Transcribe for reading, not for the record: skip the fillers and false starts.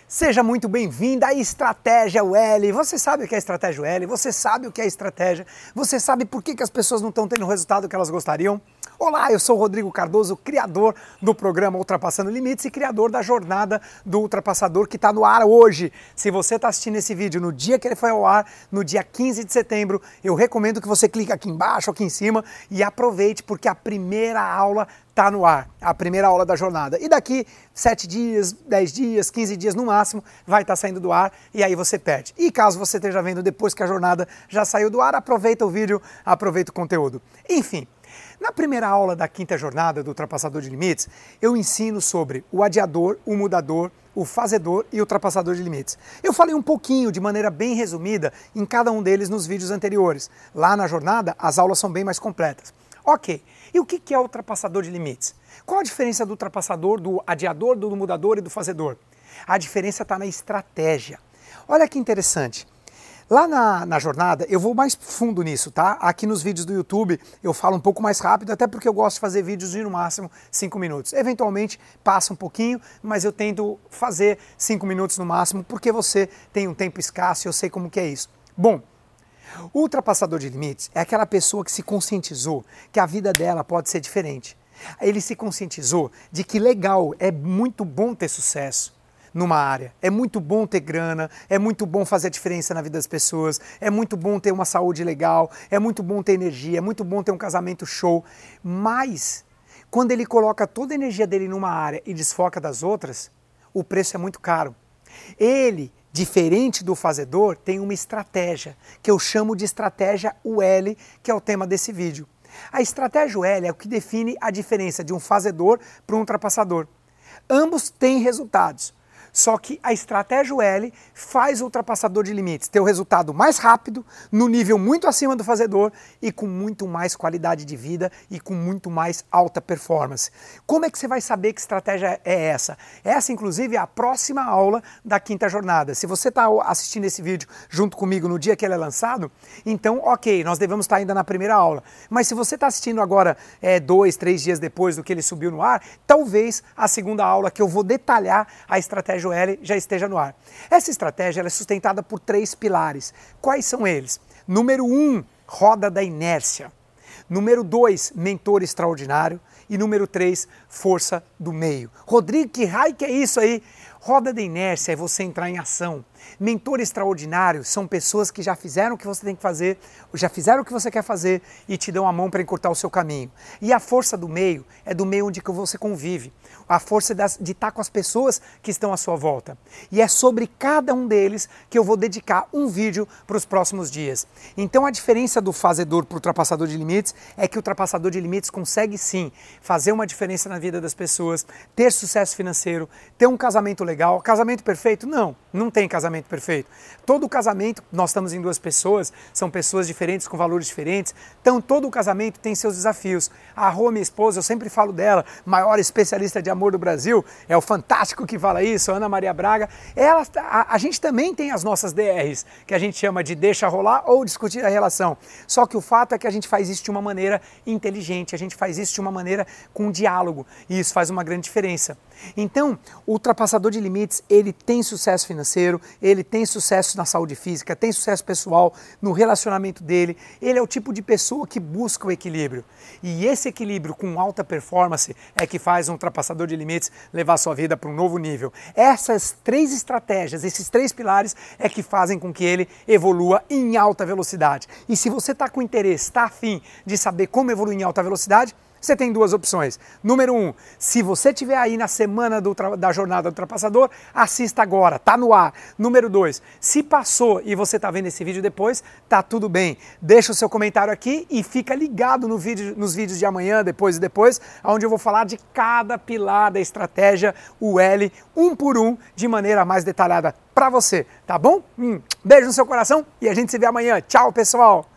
Seja muito bem-vinda à Estratégia UL. Você sabe o que é Estratégia UL? Você sabe o que é estratégia? Você sabe por que as pessoas não estão tendo o resultado que elas gostariam? Olá, eu sou o Rodrigo Cardoso, criador do programa Ultrapassando Limites e criador da jornada do ultrapassador que está no ar hoje. Se você está assistindo esse vídeo no dia que ele foi ao ar, no dia 15 de setembro, eu recomendo que você clique aqui embaixo, aqui em cima e aproveite porque a primeira aula está no ar, a primeira aula da jornada. E daqui 7 dias, 10 dias, 15 dias no máximo, vai estar saindo do ar e aí você perde. E caso você esteja vendo depois que a jornada já saiu do ar, aproveita o vídeo, aproveita o conteúdo. Enfim, na primeira aula da quinta jornada do Ultrapassador de Limites, eu ensino sobre o adiador, o mudador, o fazedor e o ultrapassador de limites. Eu falei um pouquinho, de maneira bem resumida, em cada um deles nos vídeos anteriores. Lá na jornada, as aulas são bem mais completas. Ok, e o que é o ultrapassador de limites? Qual a diferença do ultrapassador, do adiador, do mudador e do fazedor? A diferença está na estratégia. Olha que interessante. Lá na jornada, eu vou mais fundo nisso, tá? Aqui nos vídeos do YouTube eu falo um pouco mais rápido, até porque eu gosto de fazer vídeos de no máximo 5 minutos. Eventualmente passa um pouquinho, mas eu tento fazer 5 minutos no máximo, porque você tem um tempo escasso e eu sei como que é isso. Bom, o ultrapassador de limites é aquela pessoa que se conscientizou que a vida dela pode ser diferente. Ele se conscientizou de que legal, é muito bom ter sucesso numa área, é muito bom ter grana, é muito bom fazer a diferença na vida das pessoas, é muito bom ter uma saúde legal, é muito bom ter energia, é muito bom ter um casamento show, mas quando ele coloca toda a energia dele numa área e desfoca das outras, o preço é muito caro. Ele, diferente do fazedor, tem uma estratégia, que eu chamo de estratégia UL, que é o tema desse vídeo. A estratégia UL é o que define a diferença de um fazedor para um ultrapassador. Ambos têm resultados. Só que a estratégia UL faz o ultrapassador de limites ter o resultado mais rápido, no nível muito acima do fazedor e com muito mais qualidade de vida e com muito mais alta performance. Como é que você vai saber que estratégia é essa? Essa, inclusive, é a próxima aula da quinta jornada. Se você está assistindo esse vídeo junto comigo no dia que ele é lançado, então, ok, nós devemos estar ainda na primeira aula. Mas se você está assistindo agora 2, 3 dias depois do que ele subiu no ar, talvez a segunda aula que eu vou detalhar a estratégia UL já esteja no ar. Essa estratégia ela é sustentada por 3 pilares. Quais são eles? Número 1, roda da inércia. Número 2, mentor extraordinário. E número 3, força do meio. Rodrigo, que raio que é isso aí? Roda da inércia é você entrar em ação. Mentor extraordinário são pessoas que já fizeram o que você tem que fazer, já fizeram o que você quer fazer e te dão a mão para encurtar o seu caminho. E a força do meio é do meio onde você convive. A força de estar com as pessoas que estão à sua volta. E é sobre cada um deles que eu vou dedicar um vídeo para os próximos dias. Então a diferença do fazedor para o ultrapassador de limites é que o ultrapassador de limites consegue sim fazer uma diferença na vida das pessoas, ter sucesso financeiro, ter um casamento legal. Casamento perfeito? Não, não tem casamento perfeito. Todo casamento, nós estamos em 2 pessoas, são pessoas diferentes com valores diferentes, então todo casamento tem seus desafios. A Rô, minha esposa, eu sempre falo dela, maior especialista de amor do Brasil, é o fantástico que fala isso, Ana Maria Braga. A gente também tem as nossas DRs, que a gente chama de deixa rolar ou discutir a relação. Só que o fato é que a gente faz isso de uma maneira inteligente, a gente faz isso de uma maneira com diálogo, e isso faz uma grande diferença. Então, o ultrapassador de limites, ele tem sucesso financeiro, ele tem sucesso na saúde física, tem sucesso pessoal, no relacionamento dele, ele é o tipo de pessoa que busca o equilíbrio. E esse equilíbrio com alta performance é que faz um ultrapassador de limites levar sua vida para um novo nível. Essas 3 estratégias, esses 3 pilares é que fazem com que ele evolua em alta velocidade. E se você está com interesse, está afim de saber como evoluir em alta velocidade, você tem 2 opções. Número 1, se você estiver aí na semana da jornada do ultrapassador, assista agora, tá no ar. Número 2, se passou e você está vendo esse vídeo depois, tá tudo bem. Deixa o seu comentário aqui e fica ligado nos vídeos de amanhã, depois, onde eu vou falar de cada pilar da estratégia UL, um por um, de maneira mais detalhada para você, tá bom? Beijo no seu coração e a gente se vê amanhã. Tchau, pessoal!